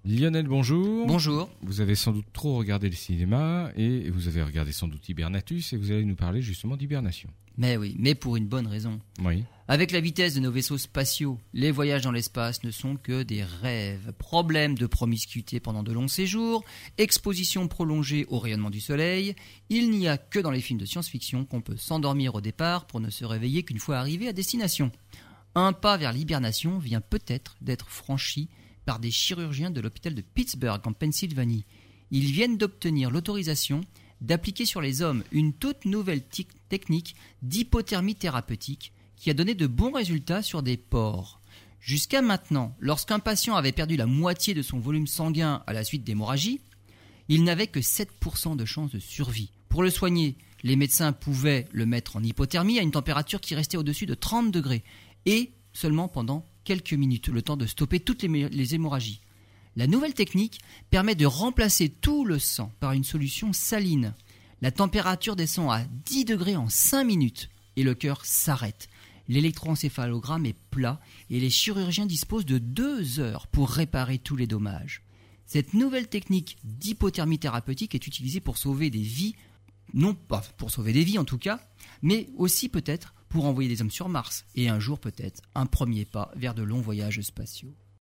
Lionel, bonjour. Bonjour. Vous avez sans doute trop regardé le cinéma et vous avez regardé sans doute Hibernatus et vous allez nous parler justement d'hibernation. Mais oui, mais pour une bonne raison. Oui. Avec la vitesse de nos vaisseaux spatiaux, les voyages dans l'espace ne sont que des rêves. Problèmes de promiscuité pendant de longs séjours, exposition prolongée au rayonnement du soleil, il n'y a que dans les films de science-fiction qu'on peut s'endormir au départ pour ne se réveiller qu'une fois arrivé à destination. Un pas vers l'hibernation vient peut-être d'être franchi par des chirurgiens de l'hôpital de Pittsburgh en Pennsylvanie. Ils viennent d'obtenir l'autorisation d'appliquer sur les hommes une toute nouvelle technique d'hypothermie thérapeutique qui a donné de bons résultats sur des porcs. Jusqu'à maintenant, lorsqu'un patient avait perdu la moitié de son volume sanguin à la suite d'hémorragie, il n'avait que 7% de chance de survie. Pour le soigner, les médecins pouvaient le mettre en hypothermie à une température qui restait au-dessus de 30 degrés et seulement pendant quelques minutes, le temps de stopper toutes les hémorragies. La nouvelle technique permet de remplacer tout le sang par une solution saline. La température descend à 10 degrés en 5 minutes et le cœur s'arrête. L'électroencéphalogramme est plat et les chirurgiens disposent de 2 heures pour réparer tous les dommages. Cette nouvelle technique d'hypothermie thérapeutique est utilisée pour sauver des vies, non pas pour sauver des vies en tout cas, mais aussi peut-être pour envoyer des hommes sur Mars et un jour peut-être un premier pas vers de longs voyages spatiaux.